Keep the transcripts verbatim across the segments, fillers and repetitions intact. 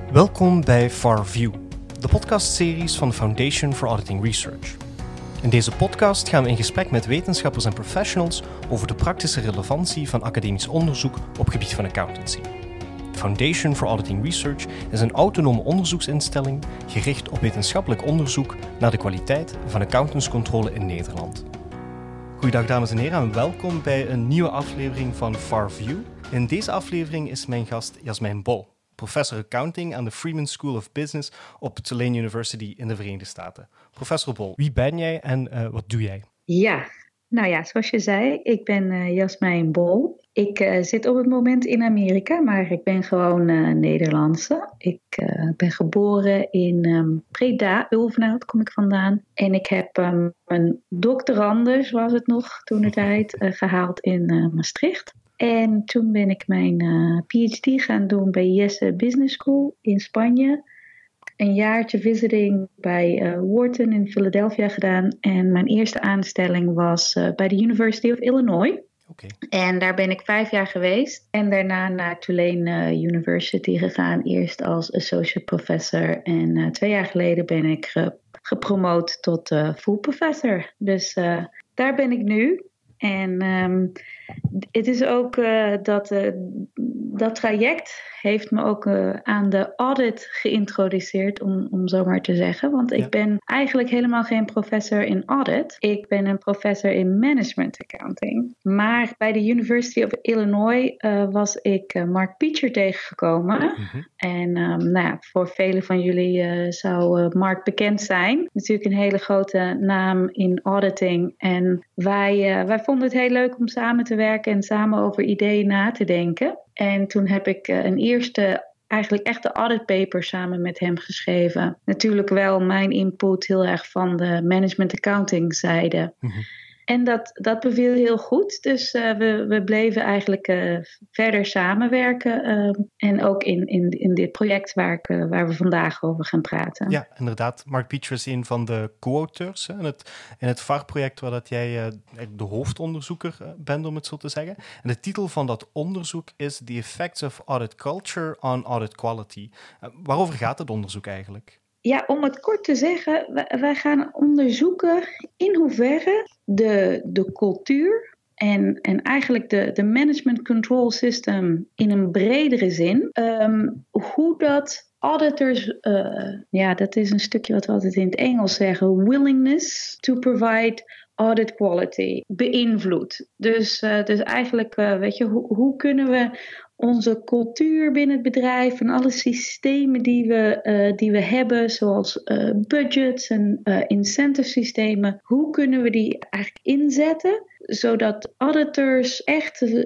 Welkom bij FarView, de podcastseries van de Foundation for Auditing Research. In deze podcast gaan we in gesprek met wetenschappers en professionals over de praktische relevantie van academisch onderzoek op gebied van accountancy. De Foundation for Auditing Research is een autonome onderzoeksinstelling gericht op wetenschappelijk onderzoek naar de kwaliteit van accountantscontrole in Nederland. Goedendag dames en heren en welkom bij een nieuwe aflevering van FarView. In deze aflevering is mijn gast Jasmijn Bol, professor accounting aan de Freeman School of Business op Tulane University in de Verenigde Staten. Professor Bol, wie ben jij en uh, wat doe jij? Ja, nou ja, zoals je zei, ik ben uh, Jasmijn Bol. Ik uh, zit op het moment in Amerika, maar ik ben gewoon uh, Nederlandse. Ik uh, ben geboren in um, Breda, Ulvenhout kom ik vandaan. En ik heb um, een doctorandus, was het nog toen de tijd, uh, gehaald in uh, Maastricht. En toen ben ik mijn uh, P H D gaan doen bij Jesse Business School in Spanje. Een jaartje visiting bij uh, Wharton in Philadelphia gedaan. En mijn eerste aanstelling was uh, bij de University of Illinois. Okay. En daar ben ik vijf jaar geweest. En daarna naar Tulane uh, University gegaan. Eerst als associate professor. En uh, twee jaar geleden ben ik ge- gepromoot tot uh, full professor. Dus uh, daar ben ik nu. En um, het is ook uh, dat, uh, dat traject heeft me ook uh, aan de audit geïntroduceerd, om, om zo maar te zeggen. Want ik ja. ben eigenlijk helemaal geen professor in audit. Ik ben een professor in management accounting. Maar bij de University of Illinois uh, was ik uh, Mark Picher tegengekomen. Mm-hmm. En um, nou ja, voor velen van jullie uh, zou uh, Mark bekend zijn. Natuurlijk een hele grote naam in auditing. En wij, uh, wij vonden het heel leuk om samen te werken en samen over ideeën na te denken. En toen heb ik uh, een eerste, eigenlijk echte auditpaper samen met hem geschreven. Natuurlijk wel mijn input heel erg van de management accounting zijde. Mm-hmm. En dat, dat beviel heel goed. Dus uh, we, we bleven eigenlijk uh, verder samenwerken. Uh, en ook in, in, in dit project waar, ik, uh, waar we vandaag over gaan praten. Ja, inderdaad. Mark Picher is een van de co-auteurs hè, in het, in het V A R-project waar dat jij uh, de hoofdonderzoeker uh, bent, om het zo te zeggen. En de titel van dat onderzoek is The Effects of Audit Culture on Audit Quality. Uh, waarover gaat het onderzoek eigenlijk? Ja, om het kort te zeggen, wij gaan onderzoeken in hoeverre de, de cultuur en, en eigenlijk de, de management control system in een bredere zin, um, hoe dat auditors, uh, ja, dat is een stukje wat we altijd in het Engels zeggen, willingness to provide audit quality beïnvloedt. Dus, uh, dus eigenlijk, uh, weet je, hoe, hoe kunnen we onze cultuur binnen het bedrijf en alle systemen die we, uh, die we hebben, zoals uh, budgets en uh, incentive systemen, hoe kunnen we die eigenlijk inzetten, zodat auditors echt uh,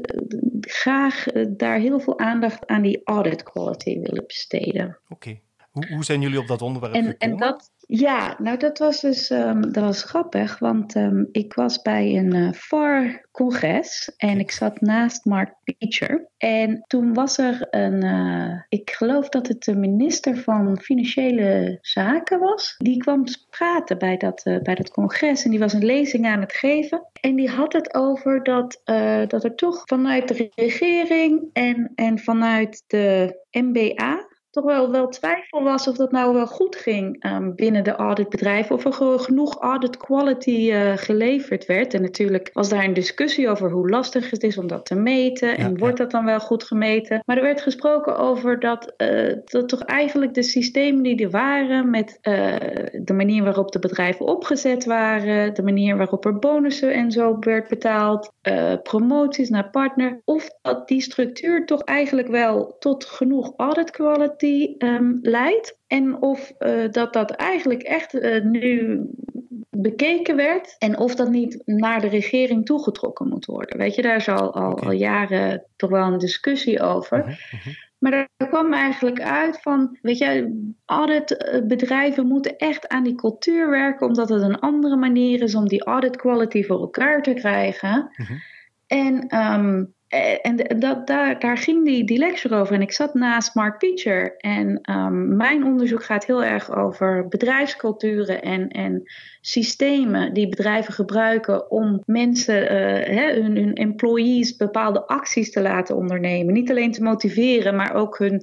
graag uh, daar heel veel aandacht aan die audit quality willen besteden. Oké. Okay. Hoe, hoe zijn jullie op dat onderwerp en, gekomen? En dat, ja, nou dat was dus um, dat was grappig, want um, ik was bij een uh, V A R-congres en ik zat naast Mark Picher. En toen was er een, uh, ik geloof dat het de minister van Financiële Zaken was. Die kwam praten bij dat, uh, bij dat congres en die was een lezing aan het geven. En die had het over dat, uh, dat er toch vanuit de regering en, en vanuit de M B A toch wel, wel twijfel was of dat nou wel goed ging um, binnen de auditbedrijven. Of er genoeg audit quality uh, geleverd werd. En natuurlijk was daar een discussie over hoe lastig het is om dat te meten. Ja, en wordt ja. dat dan wel goed gemeten? Maar er werd gesproken over dat, uh, dat toch eigenlijk de systemen die er waren, met uh, de manier waarop de bedrijven opgezet waren, de manier waarop er bonussen en zo werd betaald, uh, promoties naar partner, of dat die structuur toch eigenlijk wel tot genoeg audit quality die um, leidt. En of uh, dat dat eigenlijk echt uh, nu bekeken werd. En of dat niet naar de regering toegetrokken moet worden. Weet je, daar is al, al, okay. al jaren toch wel een discussie over. Uh-huh, uh-huh. Maar daar kwam eigenlijk uit van, weet je, auditbedrijven moeten echt aan die cultuur werken, omdat het een andere manier is om die audit quality voor elkaar te krijgen. Uh-huh. En um, En dat, daar, daar ging die, die lecture over. En ik zat naast Mark Picher. En um, mijn onderzoek gaat heel erg over bedrijfsculturen en, en systemen die bedrijven gebruiken om mensen, uh, hè, hun, hun employees bepaalde acties te laten ondernemen. Niet alleen te motiveren, maar ook hun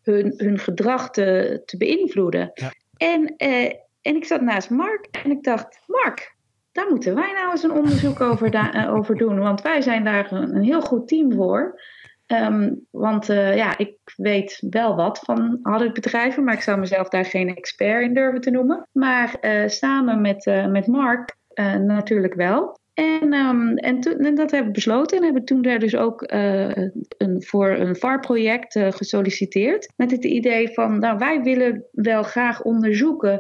hun, hun gedrag te, te beïnvloeden. Ja. En, uh, en ik zat naast Mark en ik dacht, Mark, daar moeten wij nou eens een onderzoek over, da- uh, over doen. Want wij zijn daar een, een heel goed team voor. Um, want uh, ja, ik weet wel wat van auditbedrijven, maar ik zou mezelf daar geen expert in durven te noemen. Maar uh, samen met, uh, met Mark uh, natuurlijk wel. En, um, en, to- en dat hebben we besloten en hebben toen daar dus ook uh, een, voor een V A R-project uh, gesolliciteerd. Met het idee van, nou, wij willen wel graag onderzoeken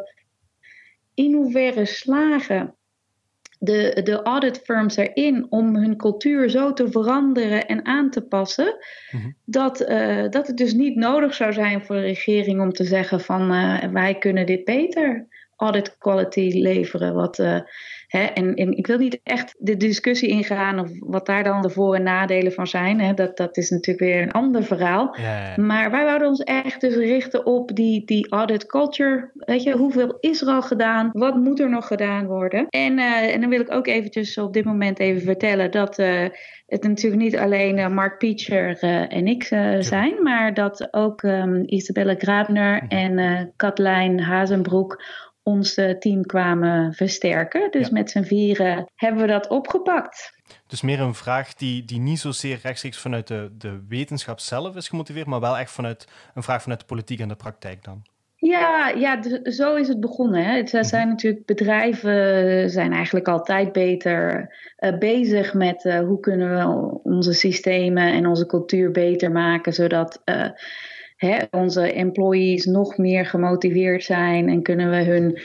in hoeverre slagen de, de auditfirms erin om hun cultuur zo te veranderen en aan te passen, mm-hmm. dat, uh, dat het dus niet nodig zou zijn voor de regering om te zeggen van uh, wij kunnen dit beter audit quality leveren. Wat, uh, hè, en, en ik wil niet echt de discussie ingaan of wat daar dan de voor- en nadelen van zijn. Hè. Dat, dat is natuurlijk weer een ander verhaal. Ja, ja. Maar wij wouden ons echt dus richten op die, die audit culture. Weet je, hoeveel is er al gedaan? Wat moet er nog gedaan worden? En, uh, en dan wil ik ook eventjes op dit moment even vertellen dat uh, het natuurlijk niet alleen uh, Mark Pietscher uh, en ik uh, zijn, maar dat ook um, Isabelle Grabner mm-hmm. en uh, Katlijn Hazenbroek ons uh, team kwamen versterken. Dus ja. met z'n vieren hebben we dat opgepakt. Dus meer een vraag die, die niet zozeer rechtstreeks vanuit de, de wetenschap zelf is gemotiveerd, maar wel echt vanuit een vraag vanuit de politiek en de praktijk dan. Ja, ja d- zo is het begonnen. Hè. Het zijn mm-hmm. natuurlijk bedrijven zijn eigenlijk altijd beter uh, bezig met uh, hoe kunnen we onze systemen en onze cultuur beter maken, zodat uh, Hè, onze employees nog meer gemotiveerd zijn en kunnen we hun,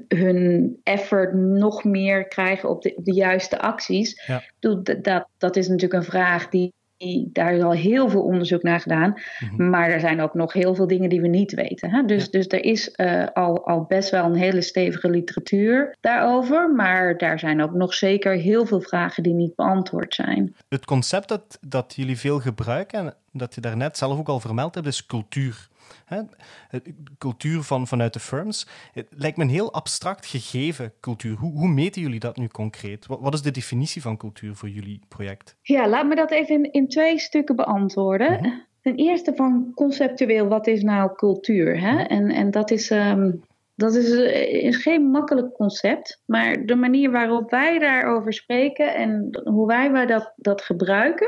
hun effort nog meer krijgen op de, op de juiste acties. Ja. Dat, dat, dat is natuurlijk een vraag die, die daar is al heel veel onderzoek naar gedaan. Mm-hmm. Maar er zijn ook nog heel veel dingen die we niet weten. Hè? Dus, ja. dus er is uh, al, al best wel een hele stevige literatuur daarover. Maar daar zijn ook nog zeker heel veel vragen die niet beantwoord zijn. Het concept dat, dat jullie veel gebruiken en dat je daarnet zelf ook al vermeld hebt, is cultuur. Hè? Cultuur van, vanuit de firms. Het lijkt me een heel abstract gegeven, cultuur. Hoe, hoe meten jullie dat nu concreet? Wat, wat is de definitie van cultuur voor jullie project? Ja, laat me dat even in, in twee stukken beantwoorden. Mm-hmm. Ten eerste van conceptueel, wat is nou cultuur? Hè? Mm-hmm. En, en dat is... Um, Dat is, is geen makkelijk concept, maar de manier waarop wij daarover spreken en hoe wij, wij dat, dat gebruiken,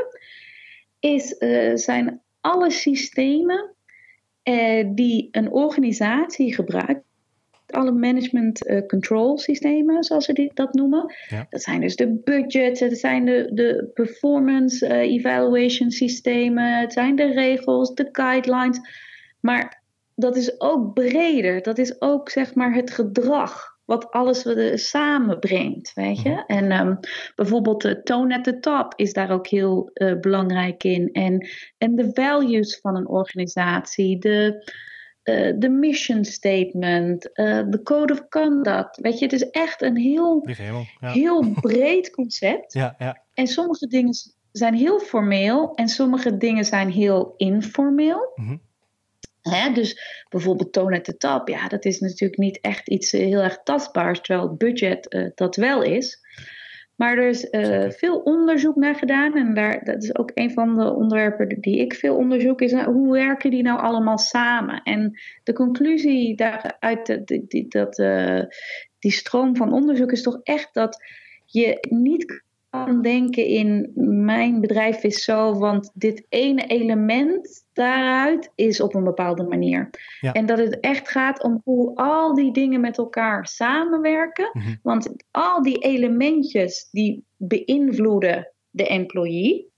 is, uh, zijn alle systemen uh, die een organisatie gebruikt, alle management uh, control systemen, zoals ze die, dat noemen. Ja. Dat zijn dus de budgets, dat zijn de, de performance uh, evaluation systemen, het zijn de regels, de guidelines, maar dat is ook breder. Dat is ook, zeg maar, het gedrag wat alles uh, samenbrengt, weet je. En um, bijvoorbeeld de uh, tone at the top is daar ook heel uh, belangrijk in. En, en de values van een organisatie, de, uh, de mission statement, de uh, code of conduct. Weet je, het is echt een heel, hemel, ja. heel breed concept. Ja, ja. En sommige dingen zijn heel formeel en sommige dingen zijn heel informeel. Mm-hmm. Hè, dus bijvoorbeeld tone at the top, ja, dat is natuurlijk niet echt iets uh, heel erg tastbaars, terwijl het budget uh, dat wel is. Maar er is uh, veel onderzoek naar gedaan en daar, dat is ook een van de onderwerpen die ik veel onderzoek, is nou, hoe werken die nou allemaal samen? En de conclusie daaruit, de, die, die, dat, uh, die stroom van onderzoek is toch echt dat je niet kan denken in mijn bedrijf is zo, want dit ene element daaruit is op een bepaalde manier. Ja. En dat het echt gaat om hoe al die dingen met elkaar samenwerken. Mm-hmm. Want al die elementjes die beïnvloeden de employee.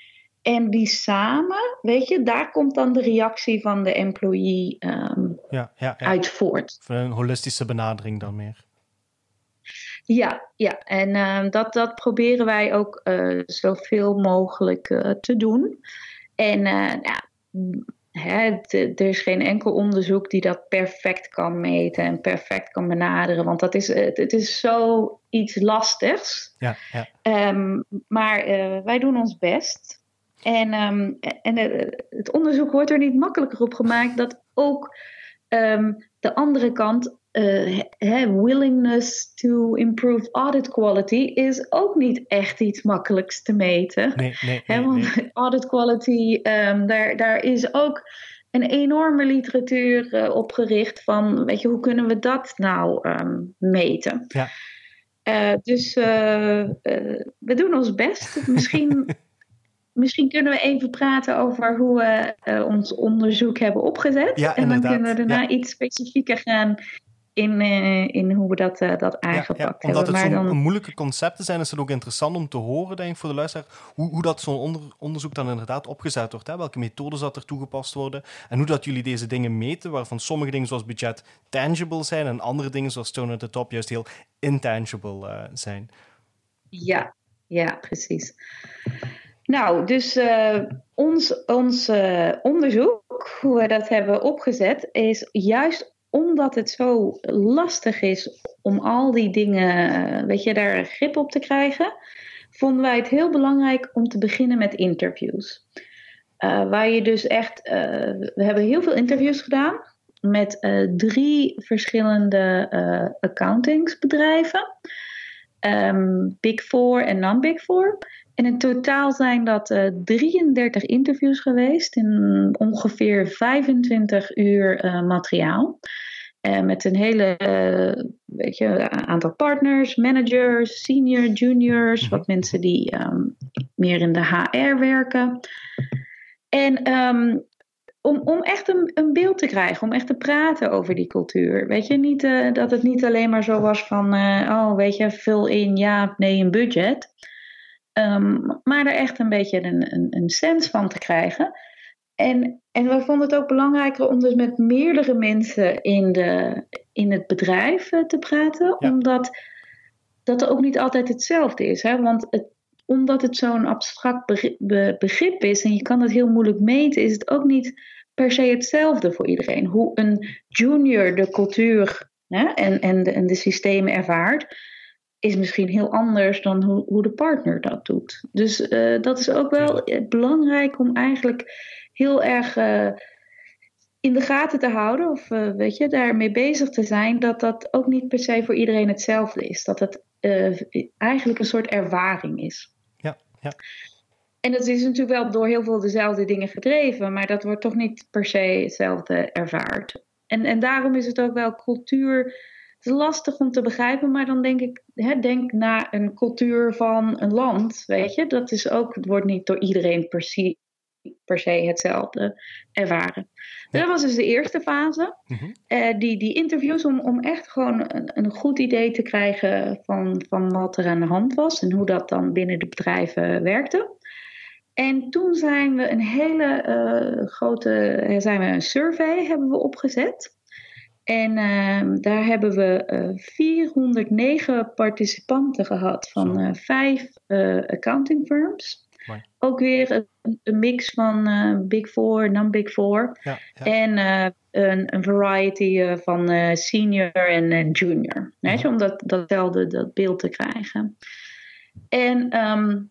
En die samen, weet je, daar komt dan de reactie van de employee um, ja, ja, ja. uit voort. Van een holistische benadering dan meer. Ja, ja. en uh, dat, dat proberen wij ook uh, zoveel mogelijk uh, te doen. En uh, ja, hè, t- er is geen enkel onderzoek die dat perfect kan meten en perfect kan benaderen. Want dat is, het, het is zo iets lastigs. Ja, ja. Um, maar uh, wij doen ons best. En, um, en uh, het onderzoek wordt er niet makkelijker op gemaakt dat ook um, de andere kant... Uh, he, willingness to improve audit quality is ook niet echt iets makkelijks te meten. Nee, nee, nee, he, want nee. Audit quality, um, daar, daar is ook een enorme literatuur uh, opgericht van, weet je, hoe kunnen we dat nou um, meten? Ja. Uh, dus uh, uh, we doen ons best. Misschien, misschien kunnen we even praten over hoe we uh, ons onderzoek hebben opgezet. Ja, en inderdaad. dan kunnen we daarna ja. iets specifieker gaan in, uh, in hoe we dat, uh, dat aangepakt ja, ja. hebben. Omdat het zo'n dan... moeilijke concepten zijn, is het ook interessant om te horen, denk ik, voor de luisteraar, hoe, hoe dat zo'n onder, onderzoek dan inderdaad opgezet wordt. Hè? Welke methodes dat er toegepast worden en hoe dat jullie deze dingen meten, waarvan sommige dingen zoals budget tangible zijn en andere dingen zoals Stone at the Top juist heel intangible uh, zijn. Ja, ja, precies. Nou, dus uh, ons, ons uh, onderzoek, hoe we dat hebben opgezet, is juist omdat het zo lastig is om al die dingen, weet je, daar grip op te krijgen, vonden wij het heel belangrijk om te beginnen met interviews. Uh, waar je dus echt, uh, we hebben heel veel interviews gedaan met uh, drie verschillende uh, accountingsbedrijven. Um, Big Four en non-Big Four. En in totaal zijn dat uh, drieëndertig interviews geweest in ongeveer vijfentwintig uur uh, materiaal. Uh, met een hele uh, weet je, aantal partners, managers, senior, juniors, mm-hmm. wat mensen die um, meer in de H R werken. En um, om, om echt een, een beeld te krijgen, om echt te praten over die cultuur. Weet je, niet, uh, dat het niet alleen maar zo was van, uh, oh weet je, vul in ja, nee, een budget. Um, maar er echt een beetje een, een, een sens van te krijgen. En, en we vonden het ook belangrijker om dus met meerdere mensen in, de, in het bedrijf uh, te praten. Ja. Omdat dat er ook niet altijd hetzelfde is. Hè? Want het, omdat het zo'n abstract begrip is en je kan het heel moeilijk meten, is het ook niet per se hetzelfde voor iedereen. Hoe een junior de cultuur hè, en, en, de, en de systemen ervaart, is misschien heel anders dan hoe, hoe de partner dat doet. Dus uh, dat is ook wel belangrijk om eigenlijk heel erg uh, in de gaten te houden, of uh, weet je, daarmee bezig te zijn, dat dat ook niet per se voor iedereen hetzelfde is. Dat het uh, eigenlijk een soort ervaring is. Ja, ja. En dat is natuurlijk wel door heel veel dezelfde dingen gedreven, maar dat wordt toch niet per se hetzelfde ervaard. En, en daarom is het ook wel cultuur. Het is lastig om te begrijpen, maar dan denk ik, hè, denk naar een cultuur van een land, weet je. Dat is ook, het wordt niet door iedereen per se, per se hetzelfde ervaren. Ja. Dat was dus de eerste fase. Mm-hmm. Uh, die, die interviews om, om echt gewoon een, een goed idee te krijgen van, van wat er aan de hand was en hoe dat dan binnen de bedrijven werkte. En toen zijn we een hele uh, grote, zijn we een survey hebben we opgezet. En uh, daar hebben we uh, vierhonderdnegen participanten gehad van uh, vijf uh, accounting firms. Mooi. Ook weer een, een mix van uh, Big Four, non-Big Four. Ja, ja. En uh, een, een variety uh, van uh, senior en, en junior. Ja. Weet je, om dat, datzelfde dat beeld te krijgen. En, um,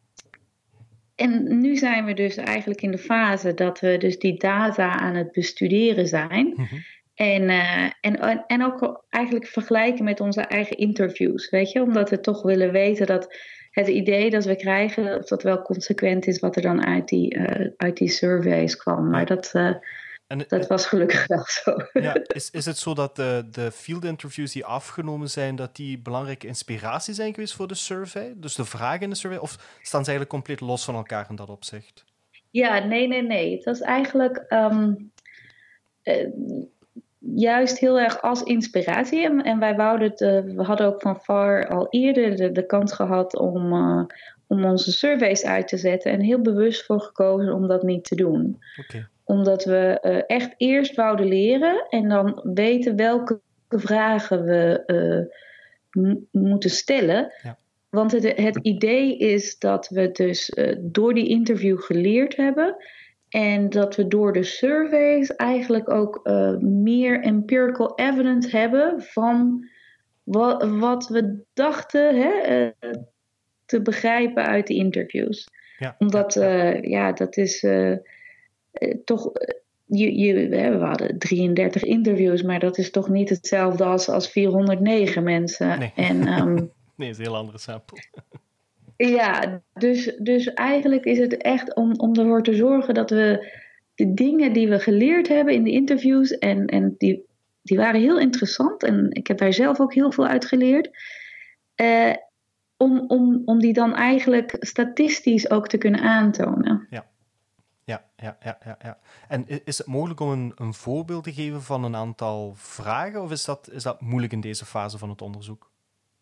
en nu zijn we dus eigenlijk in de fase dat we dus die data aan het bestuderen zijn. Mm-hmm. En, uh, en, en ook eigenlijk vergelijken met onze eigen interviews, weet je. Omdat we toch willen weten dat het idee dat we krijgen, of dat wel consequent is wat er dan uit die, uh, uit die surveys kwam. Maar dat, uh, en, dat was gelukkig wel zo. Ja, is, is het zo dat de, de field interviews die afgenomen zijn, dat die belangrijke inspiratie zijn geweest voor de survey? Dus de vragen in de survey? Of staan ze eigenlijk compleet los van elkaar in dat opzicht? Ja, nee, nee, nee. Het was eigenlijk Um, uh, juist heel erg als inspiratie. En, en wij wouden het, uh, we hadden ook van V A R al eerder de, de kans gehad om, uh, om onze surveys uit te zetten. En heel bewust voor gekozen om dat niet te doen. Okay. Omdat we uh, echt eerst wouden leren en dan weten welke vragen we uh, m- moeten stellen. Ja. Want het, het idee is dat we dus uh, door die interview geleerd hebben. En dat we door de surveys eigenlijk ook uh, meer empirical evidence hebben van wat, wat we dachten hè, uh, te begrijpen uit de interviews. Ja, Omdat, ja, uh, ja, dat is uh, uh, toch, uh, je, je, we hadden drieëndertig interviews, maar dat is toch niet hetzelfde als, als vierhonderdnegen mensen. Nee, en, um, nee, het is een heel andere sample. Ja, dus, dus eigenlijk is het echt om, om ervoor te zorgen dat we de dingen die we geleerd hebben in de interviews. En, en die, die waren heel interessant. En ik heb daar zelf ook heel veel uit geleerd. Uh, om, om, om die dan eigenlijk statistisch ook te kunnen aantonen. Ja. Ja, ja, ja, ja, ja. En is het mogelijk om een, een voorbeeld te geven van een aantal vragen? Of is dat, is dat moeilijk in deze fase van het onderzoek?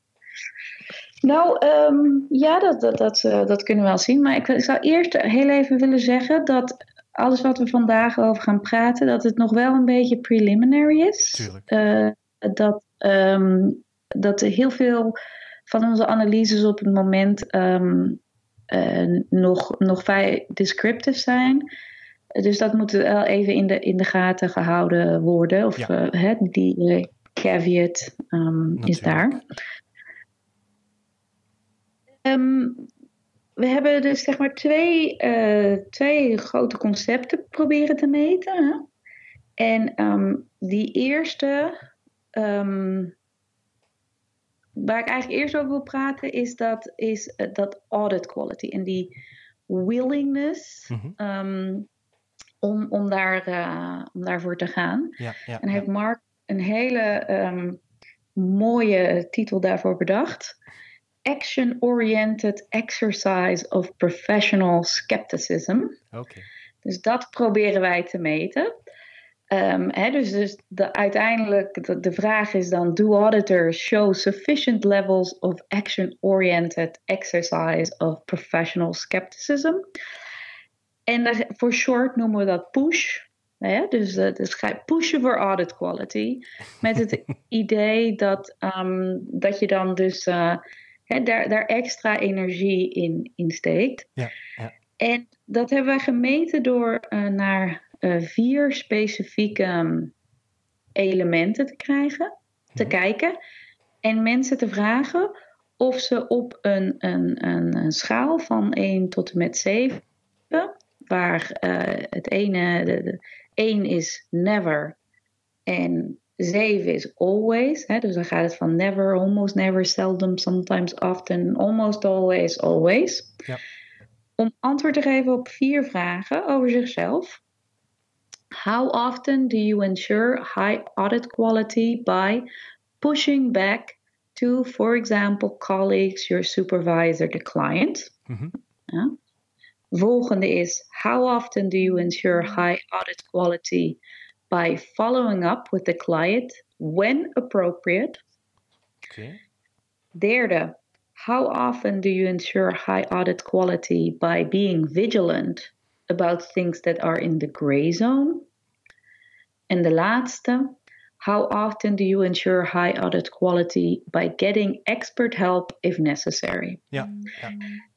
Nou, um, ja, dat, dat, dat, uh, dat kunnen we wel zien. Maar ik, ik zou eerst heel even willen zeggen dat alles wat we vandaag over gaan praten, dat het nog wel een beetje preliminary is. Tuurlijk. Uh, dat, um, dat heel veel van onze analyses op het moment um, uh, nog, nog vrij descriptive zijn. Dus dat moet wel even in de, in de gaten gehouden worden. Of ja. uh, hè, die uh, caveat um, is daar. Um, we hebben dus zeg maar twee, uh, twee grote concepten proberen te meten. Hè? En um, die eerste, um, waar ik eigenlijk eerst over wil praten, is dat, is, uh, dat audit quality. En die willingness mm-hmm. um, om, om, daar, uh, om daarvoor te gaan. Ja, ja, en heeft ja. Mark een hele um, mooie titel daarvoor bedacht. Action-oriented exercise of professional skepticism. Okay. Dus dat proberen wij te meten. Um, hè, dus dus de, uiteindelijk de, de vraag is dan: do auditors show sufficient levels of action-oriented exercise of professional skepticism? En voor short noemen we dat push. Hè? Dus, uh, dus pushen voor audit quality. Met het idee dat, um, dat je dan dus uh, hè, daar, daar extra energie in, in steekt. Ja, ja. En dat hebben wij gemeten door uh, naar uh, vier specifieke um, elementen te krijgen, te hmm. kijken. En mensen te vragen of ze op een, een, een, een schaal van één tot en met zeven, waar uh, het ene, de, de, één is never en zeven is always. Hè, dus dan gaat het van never, almost never, seldom, sometimes, often, almost always, always. Ja. Om antwoord te geven op vier vragen over zichzelf. How often do you ensure high audit quality by pushing back to, for example, colleagues, your supervisor, the client? Mm-hmm. Ja. Volgende is, how often do you ensure high audit quality by following up with the client when appropriate? Okay. Derde, how often do you ensure high audit quality by being vigilant about things that are in the gray zone? En de laatste, how often do you ensure high audit quality by getting expert help if necessary? Ja, ja.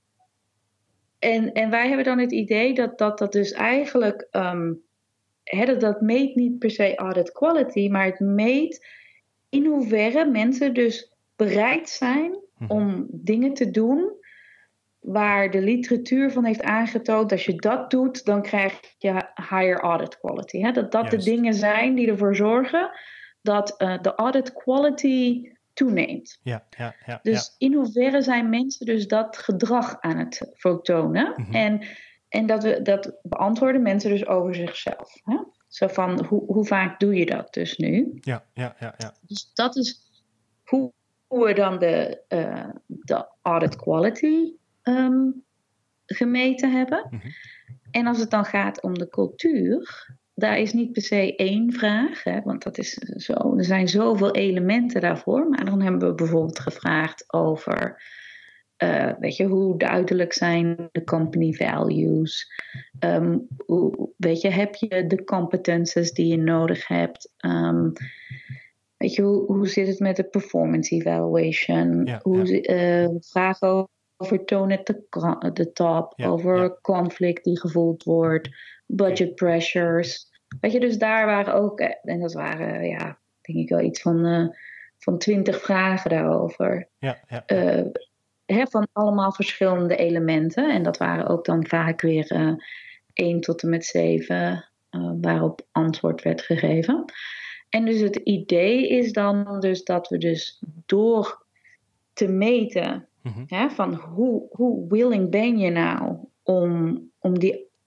En, en wij hebben dan het idee dat dat, dat dus eigenlijk, um, hè, dat, dat meet niet per se audit quality, maar het meet in hoeverre mensen dus bereid zijn mm-hmm. om dingen te doen waar de literatuur van heeft aangetoond, als je dat doet, dan krijg je higher audit quality. Hè? Dat dat Juist. de dingen zijn die ervoor zorgen dat uh, de audit quality toeneemt. Ja, ja, ja, dus ja. in hoeverre zijn mensen dus dat gedrag aan het vertonen? Mm-hmm. En, en dat, we, dat beantwoorden mensen dus over zichzelf. Hè? Zo van, hoe, hoe vaak doe je dat dus nu? Ja, ja, ja, ja. Dus dat is hoe, hoe we dan de, uh, de audit quality um, gemeten hebben. Mm-hmm. En als het dan gaat om de cultuur, daar is niet per se één vraag, hè, want dat is zo, er zijn zoveel elementen daarvoor. Maar dan hebben we bijvoorbeeld gevraagd over, uh, weet je, hoe duidelijk zijn de company values? Um, hoe, weet je, heb je de competences die je nodig hebt? Um, weet je, hoe, hoe zit het met de performance evaluation? Ja, hoe, ja. Uh, vragen over over tone at the, the top, ja, over ja. conflict die gevoeld wordt, budget pressures. Weet je, dus daar waren ook, en dat waren, ja, denk ik wel iets van, uh, van twintig vragen daarover. Ja, ja. Uh, hè, van allemaal verschillende elementen. En dat waren ook dan vaak weer uh, één tot en met zeven uh, waarop antwoord werd gegeven. En dus het idee is dan dus dat we dus door te meten, mm-hmm. hè, van hoe, hoe willing ben je nou om, om die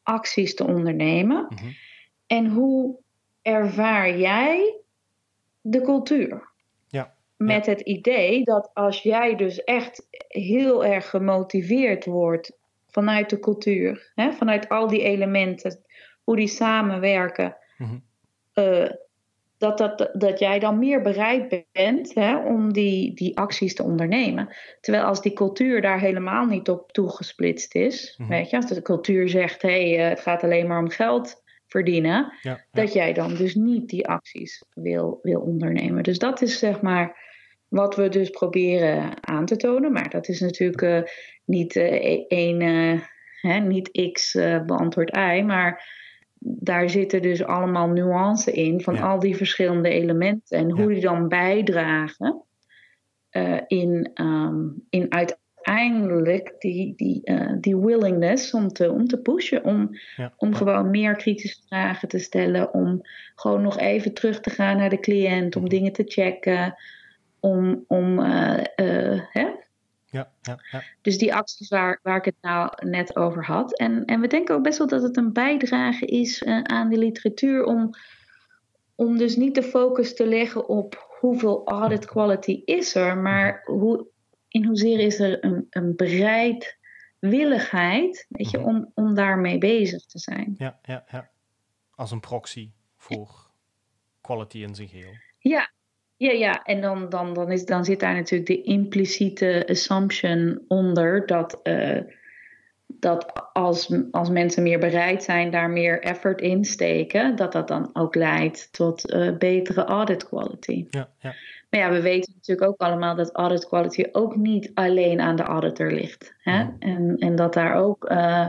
acties te ondernemen. Mm-hmm. En hoe ervaar jij de cultuur? Ja. Met ja. het idee dat als jij dus echt heel erg gemotiveerd wordt vanuit de cultuur, hè, vanuit al die elementen, hoe die samenwerken, Mm-hmm. uh, dat, dat, dat jij dan meer bereid bent, hè, om die, die acties te ondernemen. Terwijl als die cultuur daar helemaal niet op toegesplitst is, Mm-hmm. weet je, als de cultuur zegt, hé, hey, uh, het gaat alleen maar om geld verdienen, ja, dat ja. jij dan dus niet die acties wil, wil ondernemen. Dus dat is zeg maar wat we dus proberen aan te tonen. Maar dat is natuurlijk uh, niet uh, één, uh, hè, niet X uh, beantwoord Y, maar daar zitten dus allemaal nuance in van ja. al die verschillende elementen en hoe ja. die dan bijdragen uh, in, um, in uiteindelijk die, die, uh, die willingness om te, om te pushen, om, ja. om ja. gewoon meer kritische vragen te stellen, om gewoon nog even terug te gaan naar de cliënt, om mm-hmm. dingen te checken, om, om uh, uh, hè? Ja, ja, ja. Dus die acties waar, waar ik het nou net over had. En, en we denken ook best wel dat het een bijdrage is uh, aan de literatuur om, om dus niet de focus te leggen op hoeveel audit quality is er, maar hoe, in hoezeer is er een, een bereidwilligheid, weet je, mm-hmm. om, om daarmee bezig te zijn. Ja, ja, ja. Als een proxy voor quality in zijn geheel. Ja. Ja, ja, en dan, dan, dan, is, dan zit daar natuurlijk de impliciete assumption onder dat, uh, dat als, als mensen meer bereid zijn daar meer effort in steken, dat dat dan ook leidt tot uh, betere audit quality. Ja, ja. Maar ja, we weten natuurlijk ook allemaal dat audit quality ook niet alleen aan de auditor ligt. Hè? Mm-hmm. En, en dat daar ook... Uh,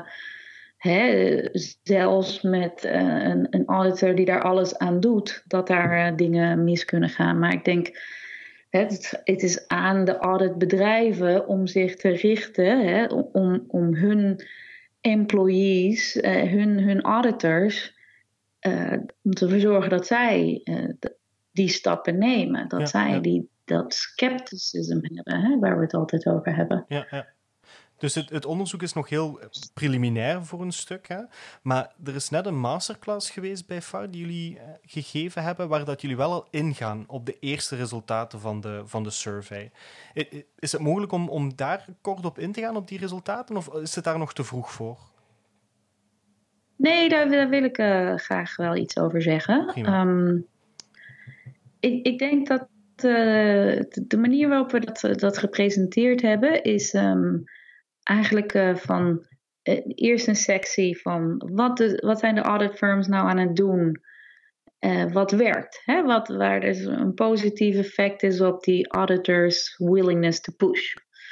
He, zelfs met uh, een, een auditor die daar alles aan doet, dat daar uh, dingen mis kunnen gaan. Maar ik denk, het, het is aan de auditbedrijven om zich te richten, he, om, om hun employees, uh, hun, hun auditors, uh, om te verzorgen dat zij uh, die stappen nemen. Dat ja, zij ja. die, dat scepticism hebben, he, waar we het altijd over hebben. Ja, ja. Dus het, het onderzoek is nog heel preliminair voor een stuk, hè? Maar er is net een masterclass geweest bij F A R die jullie uh, gegeven hebben, waar dat jullie wel al ingaan op de eerste resultaten van de, van de survey. Is het mogelijk om, om daar kort op in te gaan, op die resultaten, of is het daar nog te vroeg voor? Nee, daar, daar wil ik uh, graag wel iets over zeggen. Um, ik, ik denk dat uh, de manier waarop we dat, dat gepresenteerd hebben is... Um, Eigenlijk uh, van uh, eerst een sectie van wat, de, wat zijn de audit firms nou aan het doen? Uh, wat werkt? Hè? Wat, waar dus een positief effect is op die auditors' willingness to push.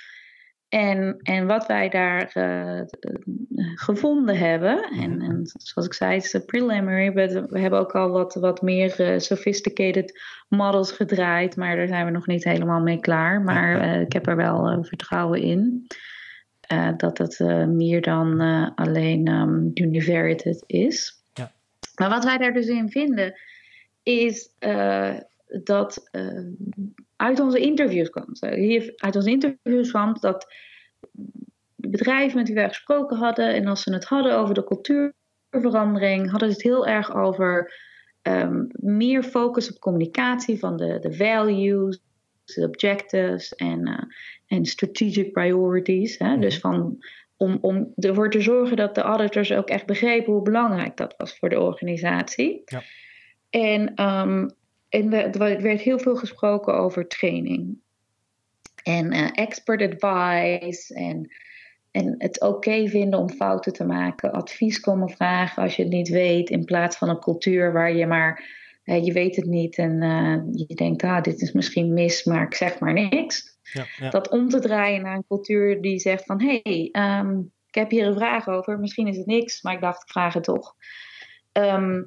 En, en wat wij daar uh, gevonden hebben, en, en zoals ik zei, het is preliminary, we hebben ook al wat, wat meer uh, sophisticated models gedraaid, maar daar zijn we nog niet helemaal mee klaar. Maar uh, ik heb er wel uh, vertrouwen in. Uh, dat het uh, meer dan uh, alleen um, univariate is. Ja. Maar wat wij daar dus in vinden is uh, dat uh, uit onze interviews kwam. Hier, uit onze interviews kwam dat de bedrijven met wie wij gesproken hadden, en als ze het hadden over de cultuurverandering, hadden ze het heel erg over um, meer focus op communicatie van de, de values, de objectives en, uh, en strategic priorities. Hè? Mm-hmm. Dus van, om, om ervoor te zorgen dat de auditors ook echt begrepen hoe belangrijk dat was voor de organisatie. Ja. En, um, en we, er werd heel veel gesproken over training. En uh, expert advice en, en het oké okay vinden om fouten te maken. Advies komen vragen als je het niet weet, in plaats van een cultuur waar je maar... Uh, je weet het niet en uh, je denkt, ah, dit is misschien mis, maar ik zeg maar niks. Ja, ja. Dat om te draaien naar een cultuur die zegt van, hé, hey, um, ik heb hier een vraag over, misschien is het niks, maar ik dacht, ik vraag het toch. Um,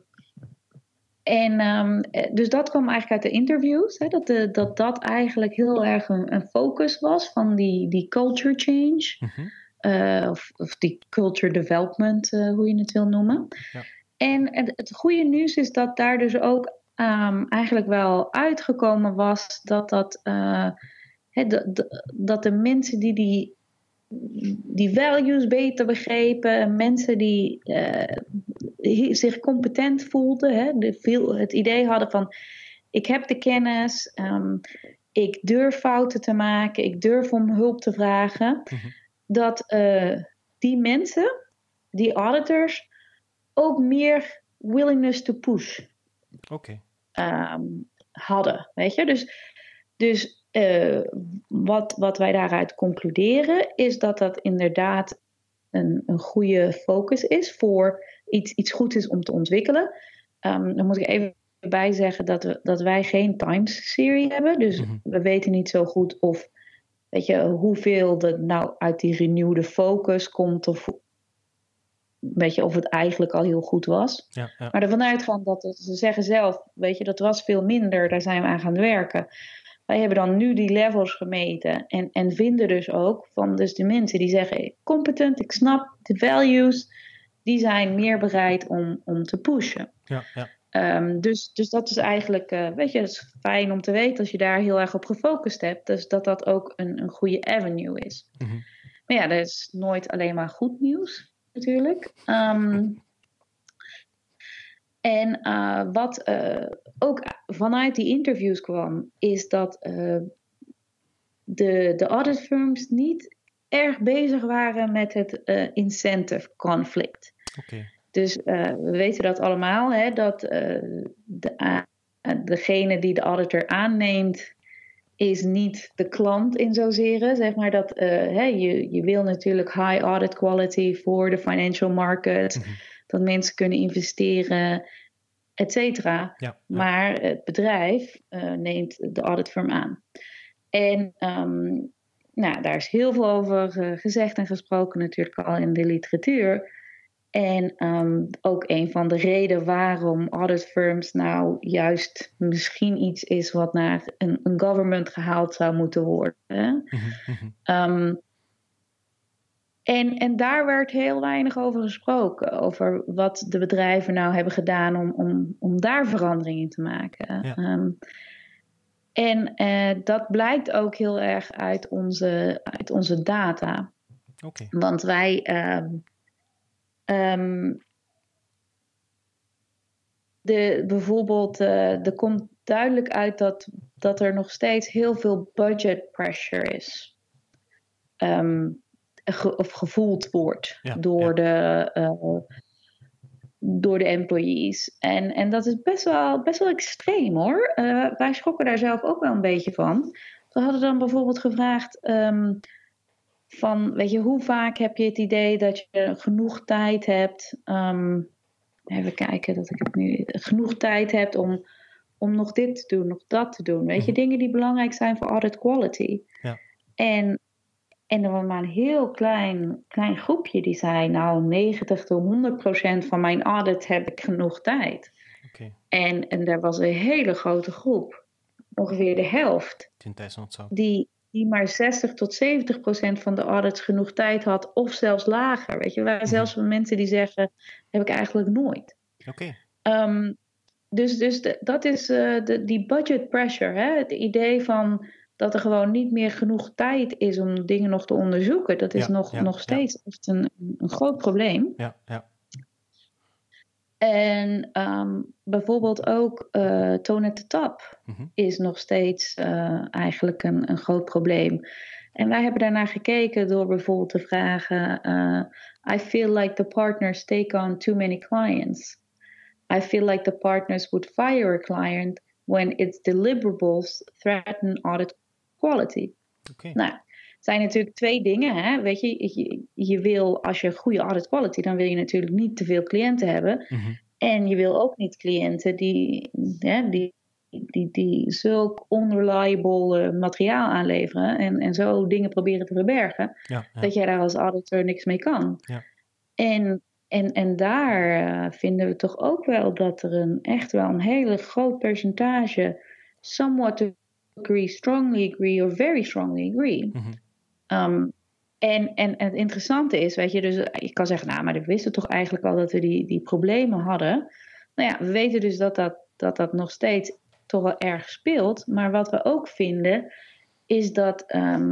en um, dus dat kwam eigenlijk uit de interviews, hè, dat, de, dat dat eigenlijk heel erg een, een focus was van die, die culture change, mm-hmm. uh, of, of die culture development, uh, hoe je het wil noemen. Ja. En het, het goede nieuws is dat daar dus ook um, eigenlijk wel uitgekomen was dat, dat, uh, he, de, de, dat de mensen die die die values beter begrepen. Mensen die uh, zich competent voelden. Hè, de, veel, het idee hadden van, ik heb de kennis. Um, ik durf fouten te maken. Ik durf om hulp te vragen. Mm-hmm. Dat uh, die mensen, die auditors, ook meer willingness to push okay. um, hadden. Weet je, dus... dus Uh, wat, wat wij daaruit concluderen is dat dat inderdaad een, een goede focus is voor iets, iets goeds is om te ontwikkelen. Um, dan moet ik even bij zeggen dat, we, dat wij geen times-serie hebben. Dus mm-hmm. we weten niet zo goed of, weet je, hoeveel er nou uit die renewde focus komt of, weet je, of het eigenlijk al heel goed was. Ja, ja. Maar ervan uitgaan dat het, ze zeggen zelf, weet je, dat was veel minder, daar zijn we aan gaan werken. Wij hebben dan nu die levels gemeten en, en vinden dus ook van dus de mensen die zeggen competent, ik snap de values, die zijn meer bereid om, om te pushen. Ja, ja. Um, dus, dus dat is eigenlijk, uh, weet je, het is fijn om te weten als je daar heel erg op gefocust hebt, dus dat dat ook een, een goede avenue is. Mm-hmm. Maar ja, dat is nooit alleen maar goed nieuws natuurlijk. Um, En uh, wat uh, ook vanuit die interviews kwam, is dat uh, de, de audit firms niet erg bezig waren met het uh, incentive conflict. Okay. Dus uh, we weten dat allemaal, hè, dat uh, de, uh, degene die de auditor aanneemt, is niet de klant in zoverre. Zeg maar dat uh, hè, je, je wil natuurlijk high audit quality voor de financial market. Mm-hmm. Dat mensen kunnen investeren, et cetera. Ja, ja. Maar het bedrijf uh, neemt de auditfirm aan. En um, nou, daar is heel veel over uh, gezegd en gesproken natuurlijk al in de literatuur. En um, ook een van de redenen waarom auditfirms nou juist misschien iets is wat naar een, een government gehaald zou moeten worden. Mm-hmm. Um, En, en daar werd heel weinig over gesproken. Over wat de bedrijven nou hebben gedaan om, om, om daar verandering in te maken. Ja. Um, en uh, dat blijkt ook heel erg uit onze, uit onze data. Okay. Want wij... Um, um, de, bijvoorbeeld, uh, er komt duidelijk uit dat, dat er nog steeds heel veel budget pressure is. Um, Ge- of gevoeld wordt ja, door, ja. De, uh, door de employees. En, en dat is best wel, best wel extreem hoor. Uh, wij schrokken daar zelf ook wel een beetje van. We hadden dan bijvoorbeeld gevraagd um, van, weet je, hoe vaak heb je het idee dat je genoeg tijd hebt, um, even kijken dat ik het nu, genoeg tijd hebt om, om nog dit te doen, nog dat te doen. Weet mm-hmm. je, dingen die belangrijk zijn voor audit quality. Ja. En En er was maar een heel klein, klein groepje die zei, nou negentig tot honderd procent van mijn audit heb ik genoeg tijd. Okay. En, en er was een hele grote groep, ongeveer de helft, die, die maar zestig tot zeventig procent van de audits genoeg tijd had of zelfs lager. Weet je, er waren zelfs mm-hmm. mensen die zeggen, heb ik eigenlijk nooit. Okay. Um, dus dus de, dat is uh, de, die budget pressure, hè? Het idee van dat er gewoon niet meer genoeg tijd is om dingen nog te onderzoeken. Dat is ja, nog, ja, nog steeds ja. een, een groot probleem. Ja, ja. En um, bijvoorbeeld ook uh, tone at the top mm-hmm. is nog steeds uh, eigenlijk een, een groot probleem. En wij hebben daarnaar gekeken door bijvoorbeeld te vragen... Uh, I feel like the partners take on too many clients. I feel like the partners would fire a client when its deliverables threaten audit quality. Okay. Nou, het zijn natuurlijk twee dingen. Hè? Weet je, je, je wil, als je goede audit quality, dan wil je natuurlijk niet te veel cliënten hebben. Mm-hmm. En je wil ook niet cliënten die, hè, die, die, die zulk unreliable uh, materiaal aanleveren en, en zo dingen proberen te verbergen, ja, ja. dat jij daar als auditor niks mee kan. Ja. En, en, en daar uh, vinden we toch ook wel dat er een echt wel een hele groot percentage somewhat agree, strongly agree or very strongly agree. Mm-hmm. Um, en, en, en het interessante is, weet je, dus je kan zeggen, nou, maar we wisten toch eigenlijk al dat we die, die problemen hadden. Nou ja, we weten dus dat dat, dat dat nog steeds toch wel erg speelt. Maar wat we ook vinden, is dat um,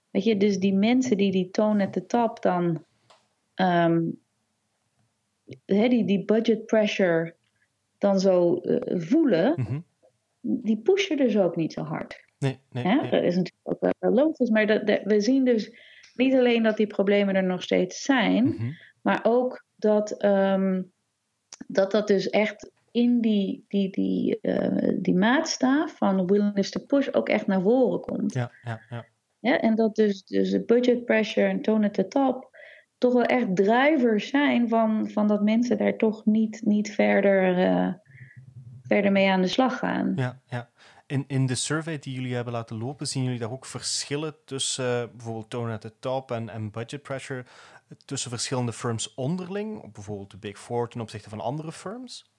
weet je, dus die mensen die die tone at the top dan, um, he, die, die budget pressure dan zo uh, voelen, Mm-hmm. die pushen dus ook niet zo hard. Nee, nee, Hè? nee. Dat is natuurlijk ook wel, wel logisch, maar dat, dat, we zien dus niet alleen dat die problemen er nog steeds zijn, Mm-hmm. maar ook dat, um, dat dat dus echt in die, die, die, uh, die maatstaaf van willingness to push ook echt naar voren komt. Ja, ja, ja. Ja, en dat dus, dus de budget pressure en tone at the top toch wel echt drivers zijn van, van dat mensen daar toch niet, niet verder, uh, verder mee aan de slag gaan. Ja, ja. In, in de survey die jullie hebben laten lopen, zien jullie daar ook verschillen tussen uh, bijvoorbeeld tone at the top en, en budget pressure tussen verschillende firms onderling, bijvoorbeeld de Big Four ten opzichte van andere firms?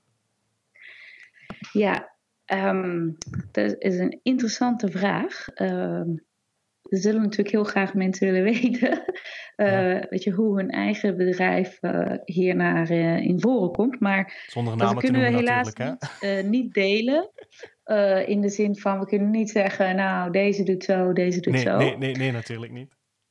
Ja, um, dat is een interessante vraag. Um, er zullen natuurlijk heel graag mensen willen weten, uh, ja. weet je, hoe hun eigen bedrijf uh, hiernaar uh, in voren komt. Maar zonder namen dat kunnen te we noemen, helaas niet, uh, niet delen. Uh, in de zin van, we kunnen niet zeggen, nou, deze doet zo, deze doet nee, zo. Nee, nee, nee, natuurlijk niet.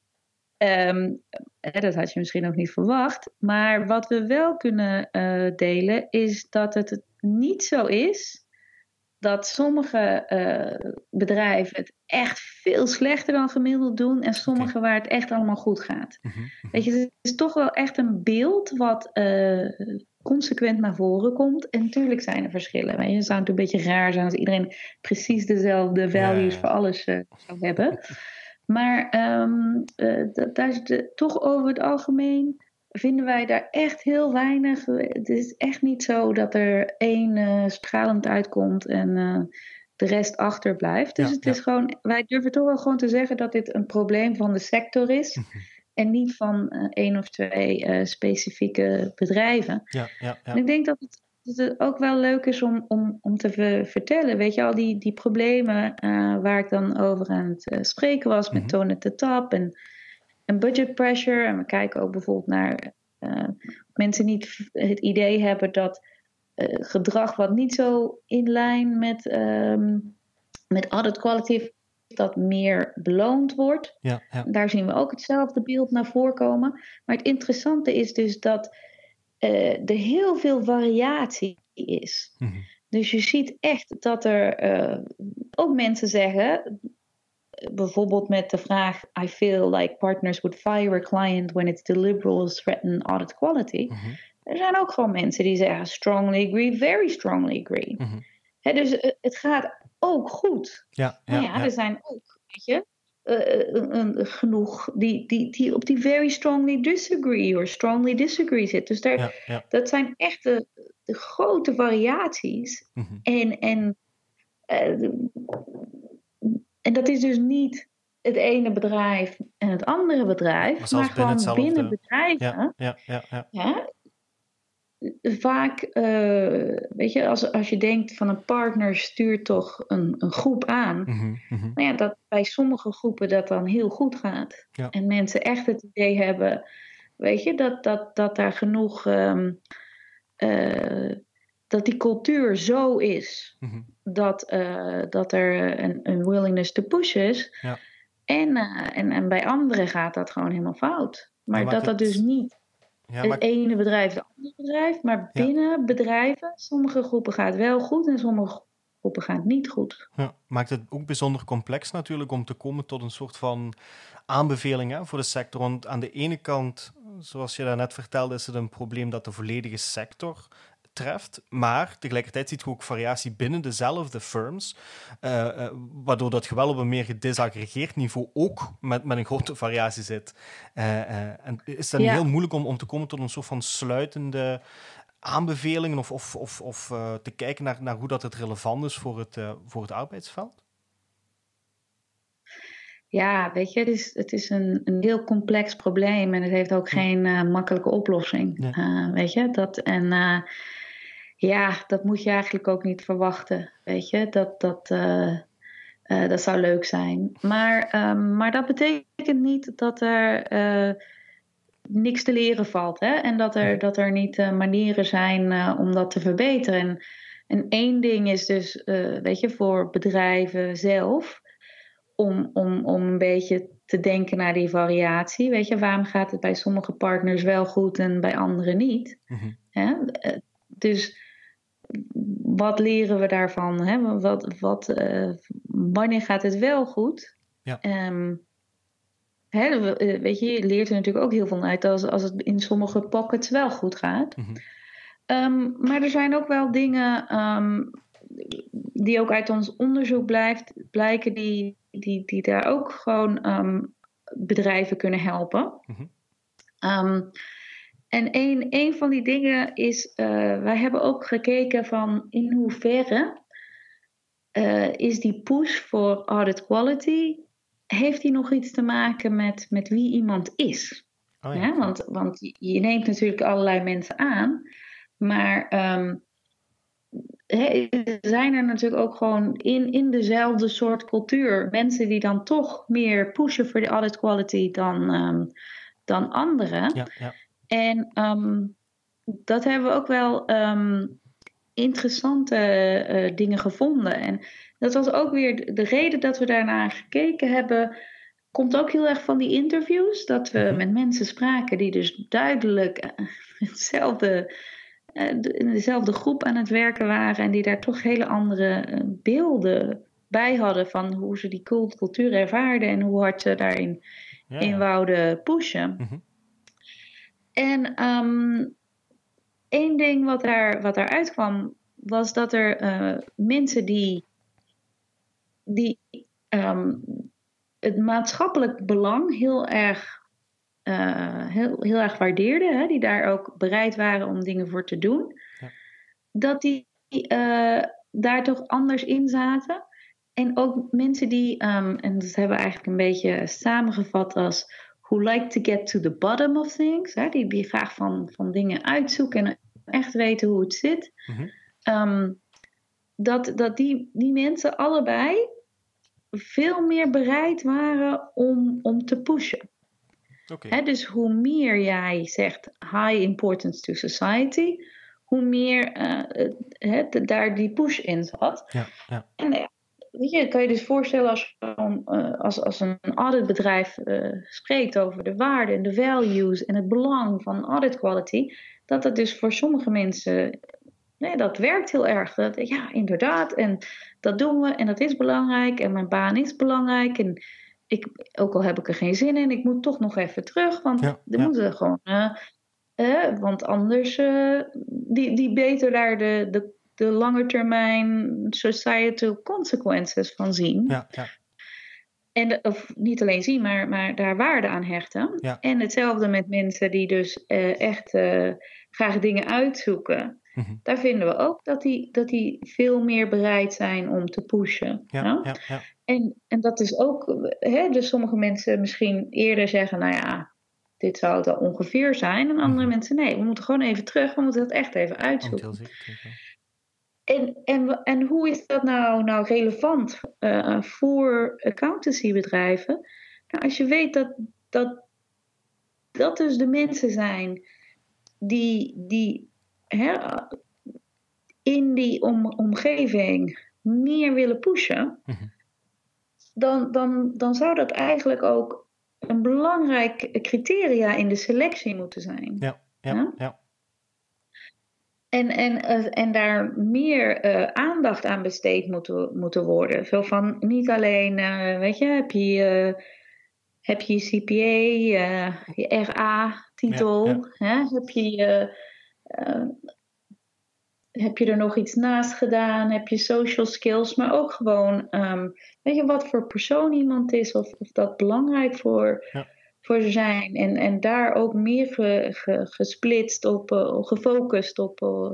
Um, dat had je misschien ook niet verwacht. Maar wat we wel kunnen uh, delen, is dat het niet zo is dat sommige uh, bedrijven het echt veel slechter dan gemiddeld doen en sommige okay. waar het echt allemaal goed gaat. Mm-hmm, mm-hmm. Weet je, het is toch wel echt een beeld wat uh, consequent naar voren komt. En natuurlijk zijn er verschillen. Weet je, het zou natuurlijk een beetje raar zijn als iedereen precies dezelfde values ja, ja. voor alles uh, zou hebben. Maar um, uh, dat, daar is de, toch over het algemeen vinden wij daar echt heel weinig. Het is echt niet zo dat er één uh, stralend uitkomt en uh, de rest achterblijft. Dus ja, het is ja. gewoon, wij durven toch wel gewoon te zeggen dat dit een probleem van de sector is. Mm-hmm. En niet van uh, één of twee uh, specifieke bedrijven. Ja, ja, ja. En ik denk dat het, dat het ook wel leuk is om, om, om te ver, vertellen. Weet je, al die, die problemen uh, waar ik dan over aan het uh, spreken was. Met mm-hmm. tone at the top en... En budget pressure. En we kijken ook bijvoorbeeld naar uh, mensen niet het idee hebben dat uh, gedrag wat niet zo in lijn met, um, met audit quality, dat meer beloond wordt. Ja, ja. Daar zien we ook hetzelfde beeld naar voren komen. Maar het interessante is dus dat uh, er heel veel variatie is. Mm-hmm. Dus je ziet echt dat er uh, ook mensen zeggen, bijvoorbeeld met de vraag, I feel like partners would fire a client when its deliverables threaten audit quality. Mm-hmm. Er zijn ook gewoon mensen die zeggen, strongly agree, very strongly agree. Mm-hmm. He, dus uh, het gaat ook goed. Ja, ja, maar ja, ja. er zijn ook, weet je, uh, uh, uh, genoeg die, die, die op die very strongly disagree of strongly disagree zit. Dus daar, ja, ja. dat zijn echt de, de grote variaties. Mm-hmm. En, en uh, de, En dat is dus niet het ene bedrijf en het andere bedrijf, maar, maar gewoon binnen, binnen bedrijven. Ja, ja, ja, ja. Ja, vaak, uh, weet je, als, als je denkt van een partner stuurt toch een, een groep aan. Mm-hmm, mm-hmm. Nou ja, dat bij sommige groepen dat dan heel goed gaat. Ja. En mensen echt het idee hebben, weet je, dat, dat, dat daar genoeg... Um, uh, dat die cultuur zo is, mm-hmm. dat, uh, dat er een, een willingness to push is. Ja. En, uh, en, en bij anderen gaat dat gewoon helemaal fout. Maar, maar dat dat het... dus niet ja, het maar... ene bedrijf het andere bedrijf, maar binnen ja. bedrijven, sommige groepen gaat wel goed en sommige groepen gaat niet goed. Ja, maakt het ook bijzonder complex natuurlijk om te komen tot een soort van aanbeveling hè, voor de sector. Want aan de ene kant, zoals je daarnet vertelde, is het een probleem dat de volledige sector treft, maar tegelijkertijd ziet je ook variatie binnen dezelfde firms, uh, uh, waardoor dat je wel op een meer gedisaggregeerd niveau ook met, met een grote variatie zit. Uh, uh, en is het ja. heel moeilijk om, om te komen tot een soort van sluitende aanbevelingen of, of, of, of uh, te kijken naar, naar hoe dat het relevant is voor het, uh, voor het arbeidsveld? Ja, weet je, het is, het is een, een heel complex probleem en het heeft ook geen uh, makkelijke oplossing. Nee. Uh, weet je, dat en uh, ja, dat moet je eigenlijk ook niet verwachten. Weet je, dat, dat, uh, uh, dat zou leuk zijn. Maar, um, maar dat betekent niet dat er uh, niks te leren valt. Hè? En dat er, dat er niet uh, manieren zijn uh, om dat te verbeteren. En, en één ding is dus, uh, weet je, voor bedrijven zelf, om, om, om een beetje te denken naar die variatie. Weet je, waarom gaat het bij sommige partners wel goed en bij anderen niet? Mm-hmm. Hè? Dus wat leren we daarvan? Hè? Wat, wat, uh, wanneer gaat het wel goed? Ja. Um, hè, weet je, je leert er natuurlijk ook heel veel uit als, als het in sommige pockets wel goed gaat. Mm-hmm. Um, maar er zijn ook wel dingen um, die ook uit ons onderzoek blijft, blijken die, die, die daar ook gewoon um, bedrijven kunnen helpen. Mm-hmm. Um, en een, een van die dingen is, uh, wij hebben ook gekeken van in hoeverre uh, is die push voor audit quality, heeft die nog iets te maken met, met wie iemand is? Oh ja. Ja, want, want je neemt natuurlijk allerlei mensen aan, maar um, he, zijn er natuurlijk ook gewoon in, in dezelfde soort cultuur mensen die dan toch meer pushen voor de audit quality dan, um, dan anderen. Ja, ja. En um, dat hebben we ook wel um, interessante uh, dingen gevonden. En dat was ook weer de, de reden dat we daarnaar gekeken hebben. Komt ook heel erg van die interviews. Dat we mm-hmm. met mensen spraken die dus duidelijk uh, hetzelfde, uh, de, in dezelfde groep aan het werken waren. En die daar toch hele andere uh, beelden bij hadden van hoe ze die cultuur ervaarden. En hoe hard ze daarin ja, in wouden pushen. Mm-hmm. En um, één ding wat, daar, wat daaruit kwam, was dat er uh, mensen die, die um, het maatschappelijk belang heel erg, uh, heel, heel erg waardeerden, hè, die daar ook bereid waren om dingen voor te doen, ja. dat die uh, daar toch anders in zaten. En ook mensen die, um, en dat hebben we eigenlijk een beetje samengevat als who like to get to the bottom of things. Hè? Die, die graag van, van dingen uitzoeken en echt weten hoe het zit. Mm-hmm. Um, dat dat die, die mensen allebei veel meer bereid waren om, om te pushen. Okay. Hè, dus hoe meer jij zegt high importance to society, hoe meer uh, he, daar die push in zat. Ja, ja. En uh, weet je, kan je dus voorstellen als, uh, als, als een auditbedrijf uh, spreekt over de waarden en de values en het belang van audit quality, dat dat dus voor sommige mensen, nee, dat werkt heel erg. Dat, ja, inderdaad, en dat doen we en dat is belangrijk en mijn baan is belangrijk en ik, ook al heb ik er geen zin in, ik moet toch nog even terug, want ja, er ja. moeten gewoon, uh, uh, want anders uh, die, die beter daar de, de de langetermijn societal consequences van zien. Ja, ja. En de, of niet alleen zien, maar, maar daar waarde aan hechten. Ja. En hetzelfde met mensen die dus uh, echt uh, graag dingen uitzoeken. Mm-hmm. Daar vinden we ook dat die, dat die veel meer bereid zijn om te pushen. Ja, ja? Ja, ja. En, en dat is ook, hè, dus sommige mensen misschien eerder zeggen, nou ja, dit zou het al ongeveer zijn. En andere mm-hmm. mensen, nee, we moeten gewoon even terug, we moeten dat echt even uitzoeken. Oh, heel zeker. En, en, en hoe is dat nou, nou relevant uh, voor accountancybedrijven? Nou, als je weet dat, dat dat dus de mensen zijn die, die hè, in die om, omgeving meer willen pushen, mm-hmm. dan, dan, dan zou dat eigenlijk ook een belangrijk criteria in de selectie moeten zijn. Ja, ja, ja? ja. En, en, en daar meer uh, aandacht aan besteed moeten, moeten worden. Zo van niet alleen, uh, weet je, heb je, uh, heb je C P A, uh, je R A-titel, ja, ja. Hè? Heb je, uh, uh, heb je er nog iets naast gedaan, heb je social skills, maar ook gewoon, um, weet je, wat voor persoon iemand is of, of dat belangrijk voor... Ja. voor ze zijn. En, en daar ook meer ge, ge, gesplitst op, uh, gefocust op, uh,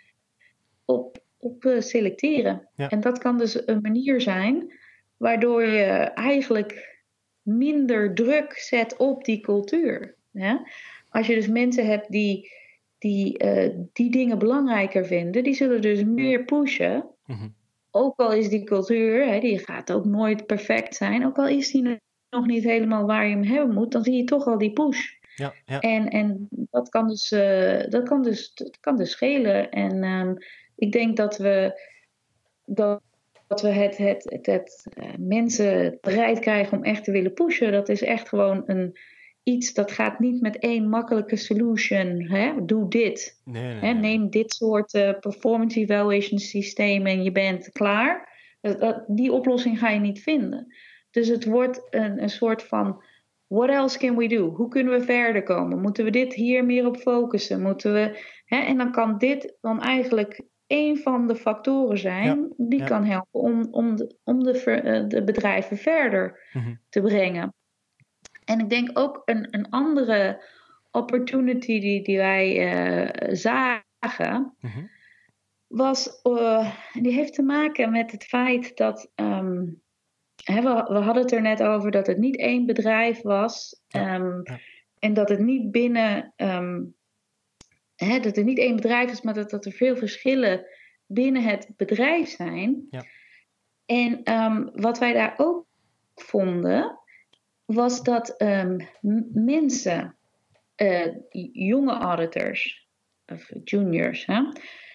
op, op uh, selecteren. Ja. En dat kan dus een manier zijn waardoor je eigenlijk minder druk zet op die cultuur. Hè? Als je dus mensen hebt die die, uh, die dingen belangrijker vinden, die zullen dus meer pushen. Mm-hmm. Ook al is die cultuur, hè, die gaat ook nooit perfect zijn, ook al is die nog niet helemaal waar je hem hebben moet, dan zie je toch al die push. Ja, ja. En, en dat kan dus, uh, dat kan dus, dat kan dus schelen. En um, ik denk dat we dat, dat we het, het, het, het uh, mensen bereid krijgen om echt te willen pushen, dat is echt gewoon een, iets dat gaat niet met één makkelijke solution. Hè? Doe dit. Nee, nee, Hè? nee. Neem dit soort uh, performance evaluation systeem en je bent klaar. Dat, dat, die oplossing ga je niet vinden. Dus het wordt een, een soort van, what else can we do? Hoe kunnen we verder komen? Moeten we dit hier meer op focussen? Moeten we, hè? En dan kan dit dan eigenlijk een van de factoren zijn ja, die ja. kan helpen om, om, de, om de, de bedrijven verder mm-hmm. te brengen. En ik denk ook een, een andere opportunity die, die wij uh, zagen, mm-hmm. was, uh, die heeft te maken met het feit dat, um, hè, we, we hadden het er net over dat het niet één bedrijf was um, ja. en dat het niet binnen, um, hè, dat het niet één bedrijf is, maar dat, dat er veel verschillen binnen het bedrijf zijn. Ja. En um, wat wij daar ook vonden, was dat um, m- mensen, uh, jonge auditors, of juniors, hè,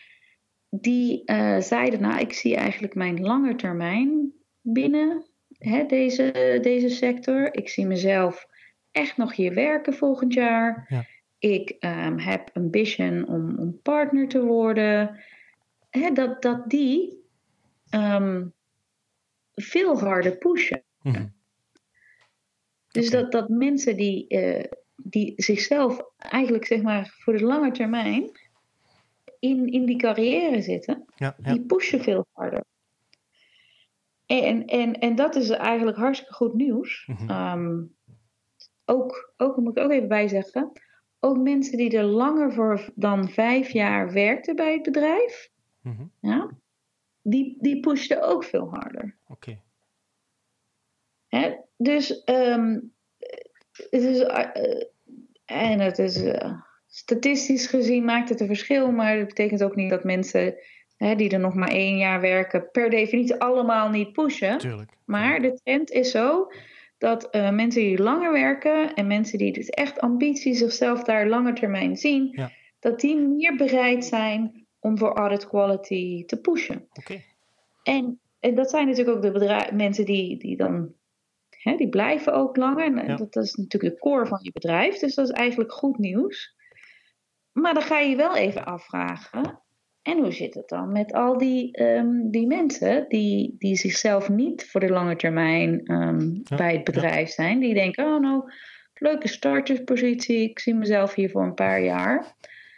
die uh, zeiden, nou, ik zie eigenlijk mijn lange termijn binnen hè, deze, deze sector. Ik zie mezelf echt nog hier werken volgend jaar. Ja. Ik um, heb ambition om, om partner te worden. Hè, dat, dat die um, veel harder pushen. Mm-hmm. Dus okay. dat, dat mensen die, uh, die zichzelf eigenlijk zeg maar voor de lange termijn in, in die carrière zitten, ja, ja. die pushen veel harder. En, en, en dat is eigenlijk hartstikke goed nieuws. Mm-hmm. Um, ook, ook, moet ik ook even bijzeggen, ook mensen die er langer voor dan vijf jaar werkten bij het bedrijf, mm-hmm. ja, die, die pushten ook veel harder. Oké. Okay. Hè? Dus, um, het is, uh, en het is uh, statistisch gezien maakt het een verschil, maar dat betekent ook niet dat mensen hè, die er nog maar één jaar werken per definitie allemaal niet pushen. Tuurlijk. Maar de trend is zo dat uh, mensen die langer werken en mensen die dus echt ambitie zichzelf daar lange termijn zien, ja. dat die meer bereid zijn om voor audit quality te pushen. Okay. En, en dat zijn natuurlijk ook de bedrijf, mensen die, die dan He, die blijven ook langer. En ja. dat, dat is natuurlijk de core van je bedrijf. Dus dat is eigenlijk goed nieuws. Maar dan ga je je wel even afvragen. En hoe zit het dan met al die, um, die mensen die, die zichzelf niet voor de lange termijn um, ja. bij het bedrijf ja. zijn. Die denken, oh nou, leuke starterspositie. Ik zie mezelf hier voor een paar jaar.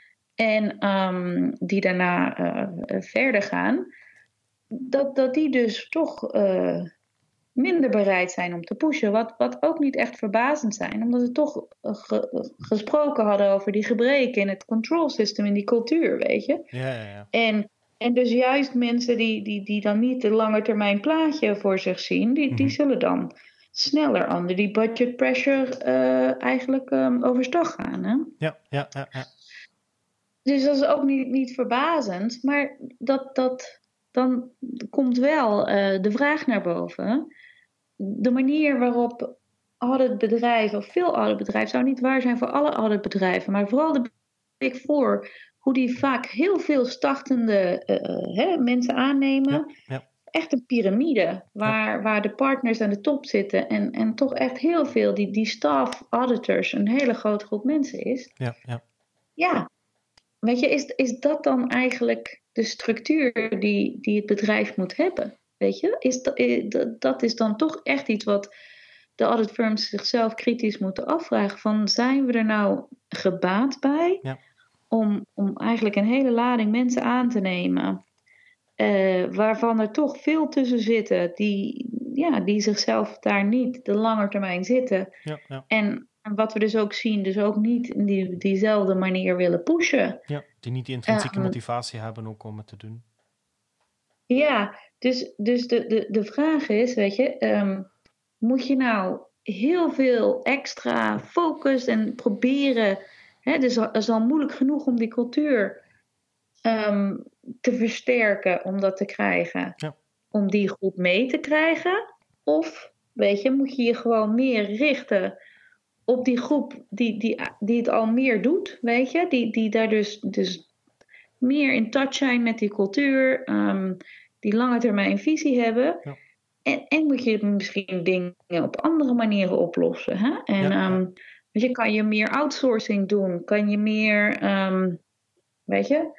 En um, die daarna uh, verder gaan. Dat, dat die dus toch Uh, minder bereid zijn om te pushen. Wat, wat ook niet echt verbazend zijn. Omdat we toch ge, gesproken hadden over die gebreken in het control system, in die cultuur, weet je. Ja, ja, ja. En, en dus juist mensen die, die, die dan niet de lange termijn plaatje voor zich zien, die, mm-hmm. die zullen dan sneller onder die budget pressure uh, eigenlijk um, overstag gaan. Hè? Ja, ja, ja, ja. Dus dat is ook niet, niet verbazend. Maar dat, dat, dan komt wel uh, de vraag naar boven. De manier waarop auditbedrijven, of veel auditbedrijven, zou niet waar zijn voor alle auditbedrijven, maar vooral de Big Four, hoe die vaak heel veel startende uh, hè, mensen aannemen. Ja, ja. Echt een piramide, waar, ja. waar de partners aan de top zitten en, en toch echt heel veel, die, die staff auditors, een hele grote groep mensen is. Ja, ja. ja. Weet je, is, is dat dan eigenlijk de structuur die, die het bedrijf moet hebben? Weet je, is dat, dat is dan toch echt iets wat de audit firms zichzelf kritisch moeten afvragen. Van, zijn we er nou gebaat bij ja. om, om eigenlijk een hele lading mensen aan te nemen, uh, waarvan er toch veel tussen zitten die, ja, die zichzelf daar niet de lange termijn zitten. Ja, ja. En wat we dus ook zien, dus ook niet in die, diezelfde manier willen pushen. Ja, die niet die intrinsieke um, motivatie hebben ook om het te doen. Ja, dus, dus de, de, de vraag is, weet je, um, moet je nou heel veel extra focus en proberen, hè, dus het is al moeilijk genoeg om die cultuur um, te versterken, om dat te krijgen, ja. om die groep mee te krijgen? Of, weet je, moet je je gewoon meer richten op die groep die, die, die het al meer doet, weet je, die, die daar dus, dus meer in touch zijn met die cultuur, um, die lange termijn visie hebben. Ja. En, en moet je misschien dingen op andere manieren oplossen. Hè? En Ja, um, weet je, kan je meer outsourcing doen? Kan je meer, um, weet je,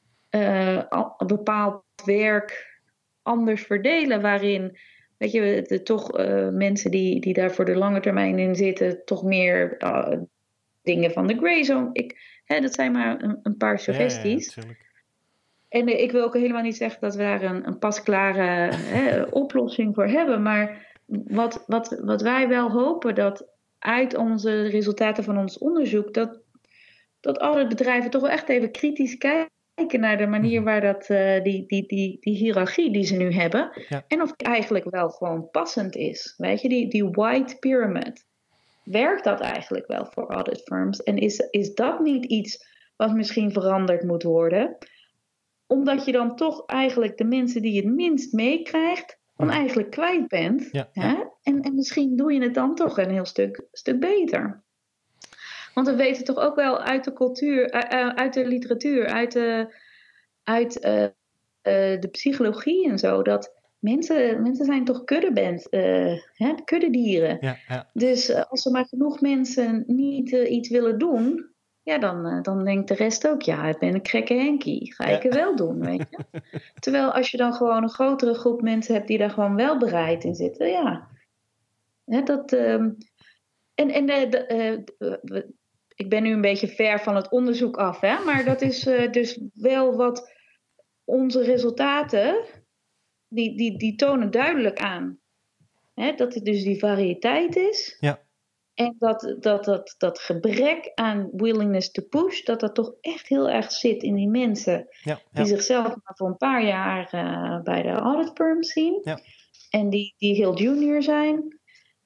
uh, al, bepaald werk anders verdelen waarin, weet je, de, toch uh, mensen die, die daar voor de lange termijn in zitten, toch meer uh, dingen van de grey zone. Ik, hè, dat zijn maar een, een paar suggesties. Ja, ja, ja, en uh, ik wil ook helemaal niet zeggen dat we daar een, een pasklare hè, oplossing voor hebben, maar wat, wat, wat wij wel hopen dat uit onze resultaten van ons onderzoek, dat, dat alle bedrijven toch wel echt even kritisch kijken kijken naar de manier waar dat, uh, die, die, die, die hiërarchie die ze nu hebben. Ja. En of die eigenlijk wel gewoon passend is. Weet je, die, die white pyramid. Werkt dat eigenlijk wel voor audit firms? En is, is dat niet iets wat misschien veranderd moet worden? Omdat je dan toch eigenlijk de mensen die het minst meekrijgt, dan eigenlijk kwijt bent. Ja, hè? ja. En, en misschien doe je het dan toch een heel stuk, stuk beter. Want we weten toch ook wel uit de cultuur, uit de literatuur, uit de, uit, uh, uh, de psychologie en zo, dat mensen, mensen zijn toch kuddeband, uh, hè, kuddedieren. Ja, ja. Dus uh, als er maar genoeg mensen niet uh, iets willen doen, ja, dan, uh, dan denkt de rest ook, ja, ik ben een krekke Henkie, ga ik ja. er wel doen, weet je. Terwijl als je dan gewoon een grotere groep mensen hebt die daar gewoon wel bereid in zitten, ja. Hè, dat, um, en en de, de, uh, uh, ik ben nu een beetje ver van het onderzoek af, hè? Maar dat is uh, dus wel wat onze resultaten, die, die, die tonen duidelijk aan. Hè? Dat het dus die variëteit is. Ja. En dat, dat, dat dat gebrek aan willingness to push, dat dat toch echt heel erg zit in die mensen. Ja, ja. Die zichzelf maar voor een paar jaar uh, bij de audit firm zien. Ja. En die, die heel junior zijn.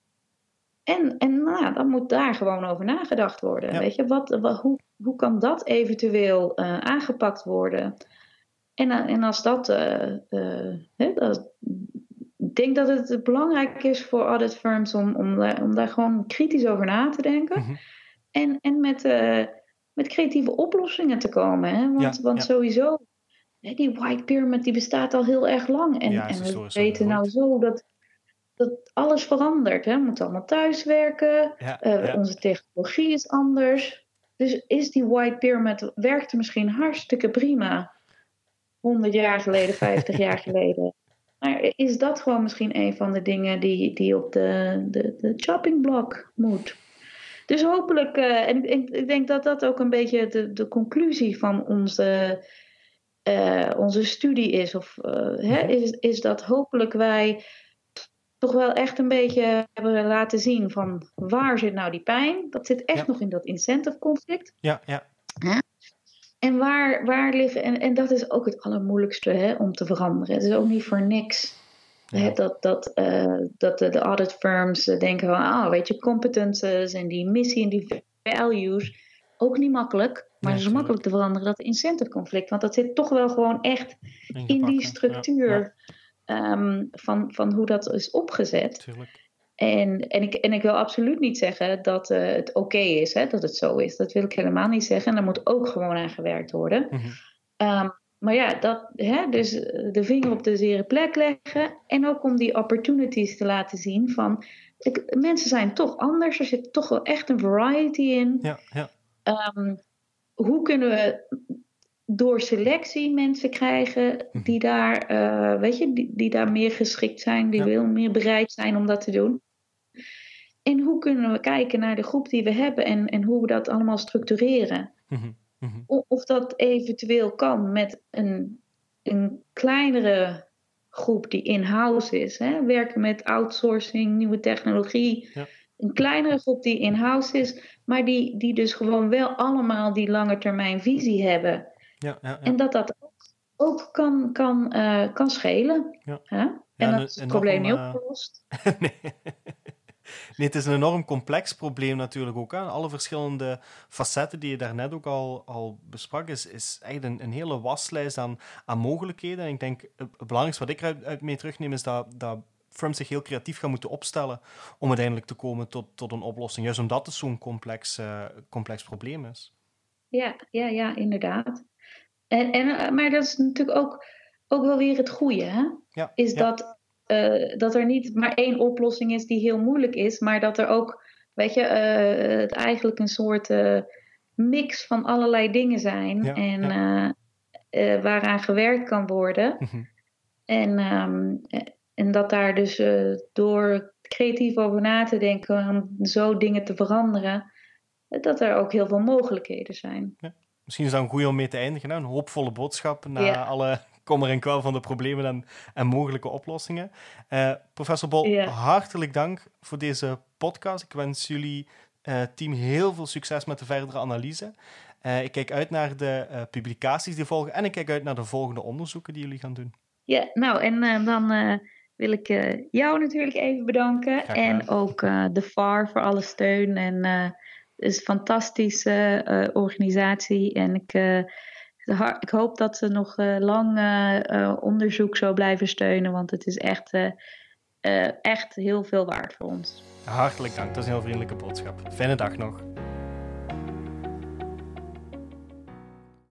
En, en nou, dan moet daar gewoon over nagedacht worden. Ja. Weet je, wat, wat, hoe, hoe kan dat eventueel uh, aangepakt worden? En, uh, en als dat, uh, uh, hè, dat... Ik denk dat het belangrijk is voor audit firms om, om, om daar gewoon kritisch over na te denken. Mm-hmm. En, en met, uh, met creatieve oplossingen te komen. Hè? Want, ja, want ja. sowieso, hè, die white pyramid die bestaat al heel erg lang. En, ja, en we weten nou zo dat... dat alles verandert. Hè? We moeten allemaal thuiswerken. Ja, uh, ja. Onze technologie is anders. Dus is die white pyramid, werkte misschien hartstikke prima. honderd jaar geleden, vijftig jaar geleden. Maar is dat gewoon misschien een van de dingen die, die op de, de, de chopping block moet? Dus hopelijk, uh, en ik, ik denk dat dat ook een beetje de, de conclusie van onze, uh, onze studie is. Of, uh, hè, is, is dat hopelijk wij toch wel echt een beetje hebben laten zien van waar zit nou die pijn? Dat zit echt ja. nog in dat incentive conflict. Ja, ja. Hè? En waar, waar liggen, en, en dat is ook het allermoeilijkste hè, om te veranderen. Het is ook niet voor niks ja. hè, dat, dat, uh, dat de, de audit firms denken van, ah, weet je, competences en die missie en die values, ook niet makkelijk. Maar het is makkelijk te veranderen, dat incentive conflict. Want dat zit toch wel gewoon echt in die structuur ja. Ja. Um, van, van hoe dat is opgezet. Tuurlijk. En, en, ik, en ik wil absoluut niet zeggen dat uh, het oké okay is, hè, dat het zo is. Dat wil ik helemaal niet zeggen. En daar moet ook gewoon aan gewerkt worden. Mm-hmm. Um, maar ja, dat, hè, dus de vinger op de zere plek leggen. En ook om die opportunities te laten zien van... Ik, mensen zijn toch anders. Er zit toch wel echt een variety in. Ja, ja. Um, hoe kunnen we door selectie mensen krijgen die daar, uh, weet je, die, die daar meer geschikt zijn, die ja. veel meer bereid zijn om dat te doen? En hoe kunnen we kijken naar de groep die we hebben en, en hoe we dat allemaal structureren? Mm-hmm. Mm-hmm. Of, of dat eventueel kan met een, een kleinere groep die in-house is. Hè? Werken met outsourcing, nieuwe technologie. Ja. Een kleinere groep die in-house is, maar die, die dus gewoon wel allemaal die lange termijn visie hebben. Ja, ja, ja. En dat dat ook, ook kan, kan, uh, kan schelen. Ja. Huh? En ja, dat is het probleem niet uh... opgelost. nee. nee, het is een enorm complex probleem natuurlijk ook. Hè. Alle verschillende facetten die je daarnet ook al, al besprak, is, is eigenlijk een, een hele waslijst aan, aan mogelijkheden. En ik denk, het belangrijkste wat ik uit, uit mee terugneem, is dat, dat firms zich heel creatief gaan moeten opstellen om uiteindelijk te komen tot, tot een oplossing. Juist omdat het zo'n complex, uh, complex probleem is. Ja, ja, ja, inderdaad. En, en, maar dat is natuurlijk ook ook wel weer het goede, hè? Ja, is ja. Dat, uh, dat er niet maar één oplossing is die heel moeilijk is, maar dat er ook, weet je, uh, het eigenlijk een soort uh, mix van allerlei dingen zijn Ja, en ja. Uh, uh, waaraan gewerkt kan worden. Mm-hmm. En, um, en dat daar dus uh, door creatief over na te denken om zo dingen te veranderen, dat er ook heel veel mogelijkheden zijn. Ja. Misschien is dat een goeie om mee te eindigen. Hè? Een hoopvolle boodschap na ja. alle kommer en kwel van de problemen en, en mogelijke oplossingen. Uh, professor Bol, ja. hartelijk dank voor deze podcast. Ik wens jullie uh, team heel veel succes met de verdere analyse. Uh, ik kijk uit naar de uh, publicaties die volgen en ik kijk uit naar de volgende onderzoeken die jullie gaan doen. Ja, nou en uh, dan uh, wil ik uh, jou natuurlijk even bedanken. En ook uh, de V A R voor alle steun. En uh, het is een fantastische uh, organisatie. En ik, uh, ik hoop dat ze nog uh, lang uh, uh, onderzoek zo blijven steunen. Want het is echt, uh, uh, echt heel veel waard voor ons. Hartelijk dank, dat is een heel vriendelijke boodschap. Fijne dag nog.